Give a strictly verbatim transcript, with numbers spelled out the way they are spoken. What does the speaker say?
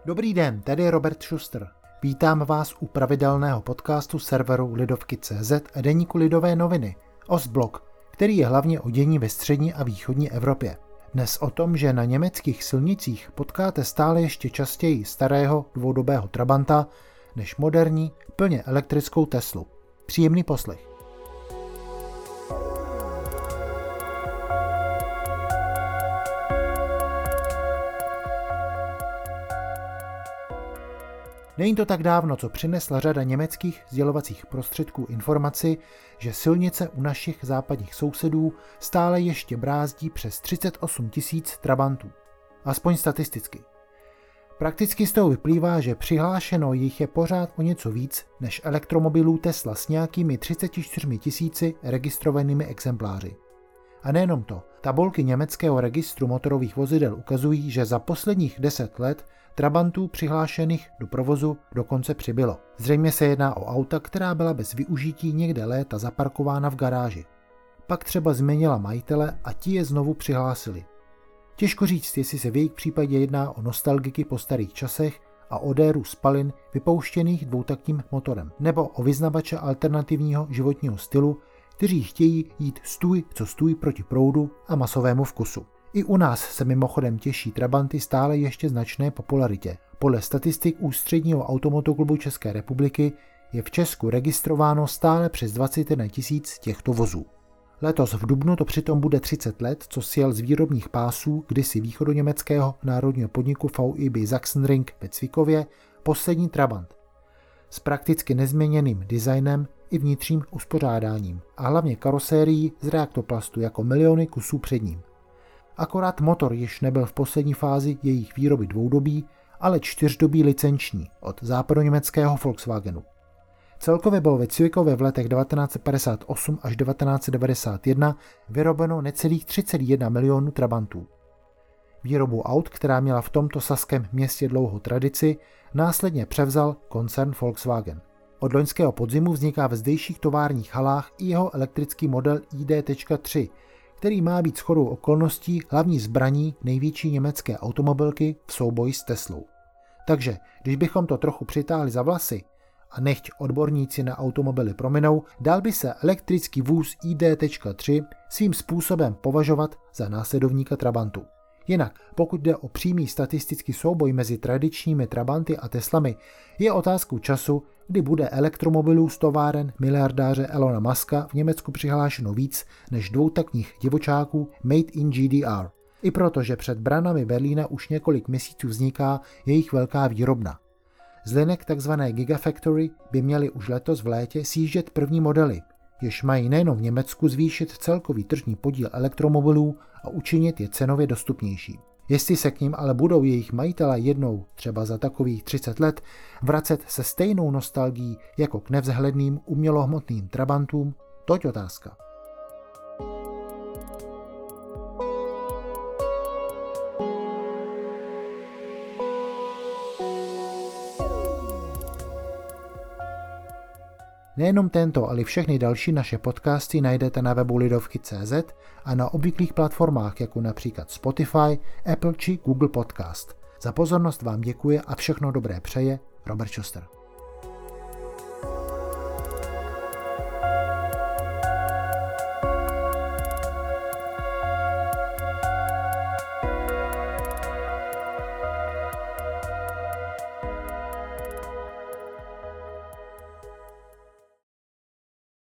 Dobrý den, tady je Robert Schuster. Vítám vás u pravidelného podcastu serveru Lidovky tečka cé zet a deníku Lidové noviny, Ostblog, který je hlavně o dění ve střední a východní Evropě. Dnes o tom, že na německých silnicích potkáte stále ještě častěji starého dvoudobého Trabanta než moderní, plně elektrickou Teslu. Příjemný poslech. Není to tak dávno, co přinesla řada německých sdělovacích prostředků informaci, že silnice u našich západních sousedů stále ještě brázdí přes třicet osm tisíc Trabantů. Aspoň statisticky. Prakticky z toho vyplývá, že přihlášeno jich je pořád o něco víc než elektromobilů Tesla s nějakými třicet čtyři tisíci registrovanými exempláři. A nejenom to, tabulky německého registru motorových vozidel ukazují, že za posledních deset let Trabantů přihlášených do provozu dokonce přibylo. Zřejmě se jedná o auta, která byla bez využití někde léta zaparkována v garáži. Pak třeba změnila majitele a ti je znovu přihlásili. Těžko říct, jestli se v jejich případě jedná o nostalgiky po starých časech a odéru spalin vypouštěných dvoutaktním motorem, nebo o vyznavače alternativního životního stylu, kteří chtějí jít stůj co stůj proti proudu a masovému vkusu. I u nás se mimochodem těší Trabanty stále ještě značné popularitě. Podle statistik Ústředního automotoklubu České republiky je v Česku registrováno stále přes dvacet jedna tisíc těchto vozů. Letos v dubnu to přitom bude třicet let, co sjel z výrobních pásů kdysi východoněmeckého národního podniku V I B Sachsenring ve Cvikově poslední Trabant. S prakticky nezměněným designem i vnitřním uspořádáním a hlavně karosérií z reaktoplastu jako miliony kusů před ním. Akorát motor již nebyl v poslední fázi jejich výroby dvoudobý, ale čtyřdobý licenční od západoněmeckého Volkswagenu. Celkově bylo ve Cvikově v letech devatenáct set padesát osm až devatenáct set devadesát jedna vyrobeno necelých tři celá jedna milionu Trabantů. Výrobu aut, která měla v tomto saském městě dlouhou tradici, následně převzal koncern Volkswagen. Od loňského podzimu vzniká ve zdejších továrních halách i jeho elektrický model I D tři, který má být shodou okolností hlavní zbraní největší německé automobilky v souboji s Teslou. Takže, když bychom to trochu přitáhli za vlasy, a nechť odborníci na automobily prominou, dal by se elektrický vůz I D tři svým způsobem považovat za následovníka Trabantu. Jinak, pokud jde o přímý statistický souboj mezi tradičními Trabanty a Teslami, je otázkou času, kdy bude elektromobilů z továren miliardáře Elona Muska v Německu přihlášeno víc než dvoutaktních divočáků Made in G D R. I protože před branami Berlína už několik měsíců vzniká jejich velká výrobna. Z linek tzv. Gigafactory by měly už letos v létě sjíždět první modely, jež mají nejen v Německu zvýšit celkový tržní podíl elektromobilů a učinit je cenově dostupnější. Jestli se k ním ale budou jejich majitelé jednou, třeba za takových třicet let, vracet se stejnou nostalgií jako k nevzhledným umělohmotným Trabantům, toť otázka. Nejenom tento, ale i všechny další naše podcasty najdete na webu Lidovky tečka cé zet a na obvyklých platformách, jako například Spotify, Apple či Google Podcast. Za pozornost vám děkuje a všechno dobré přeje Robert Schuster.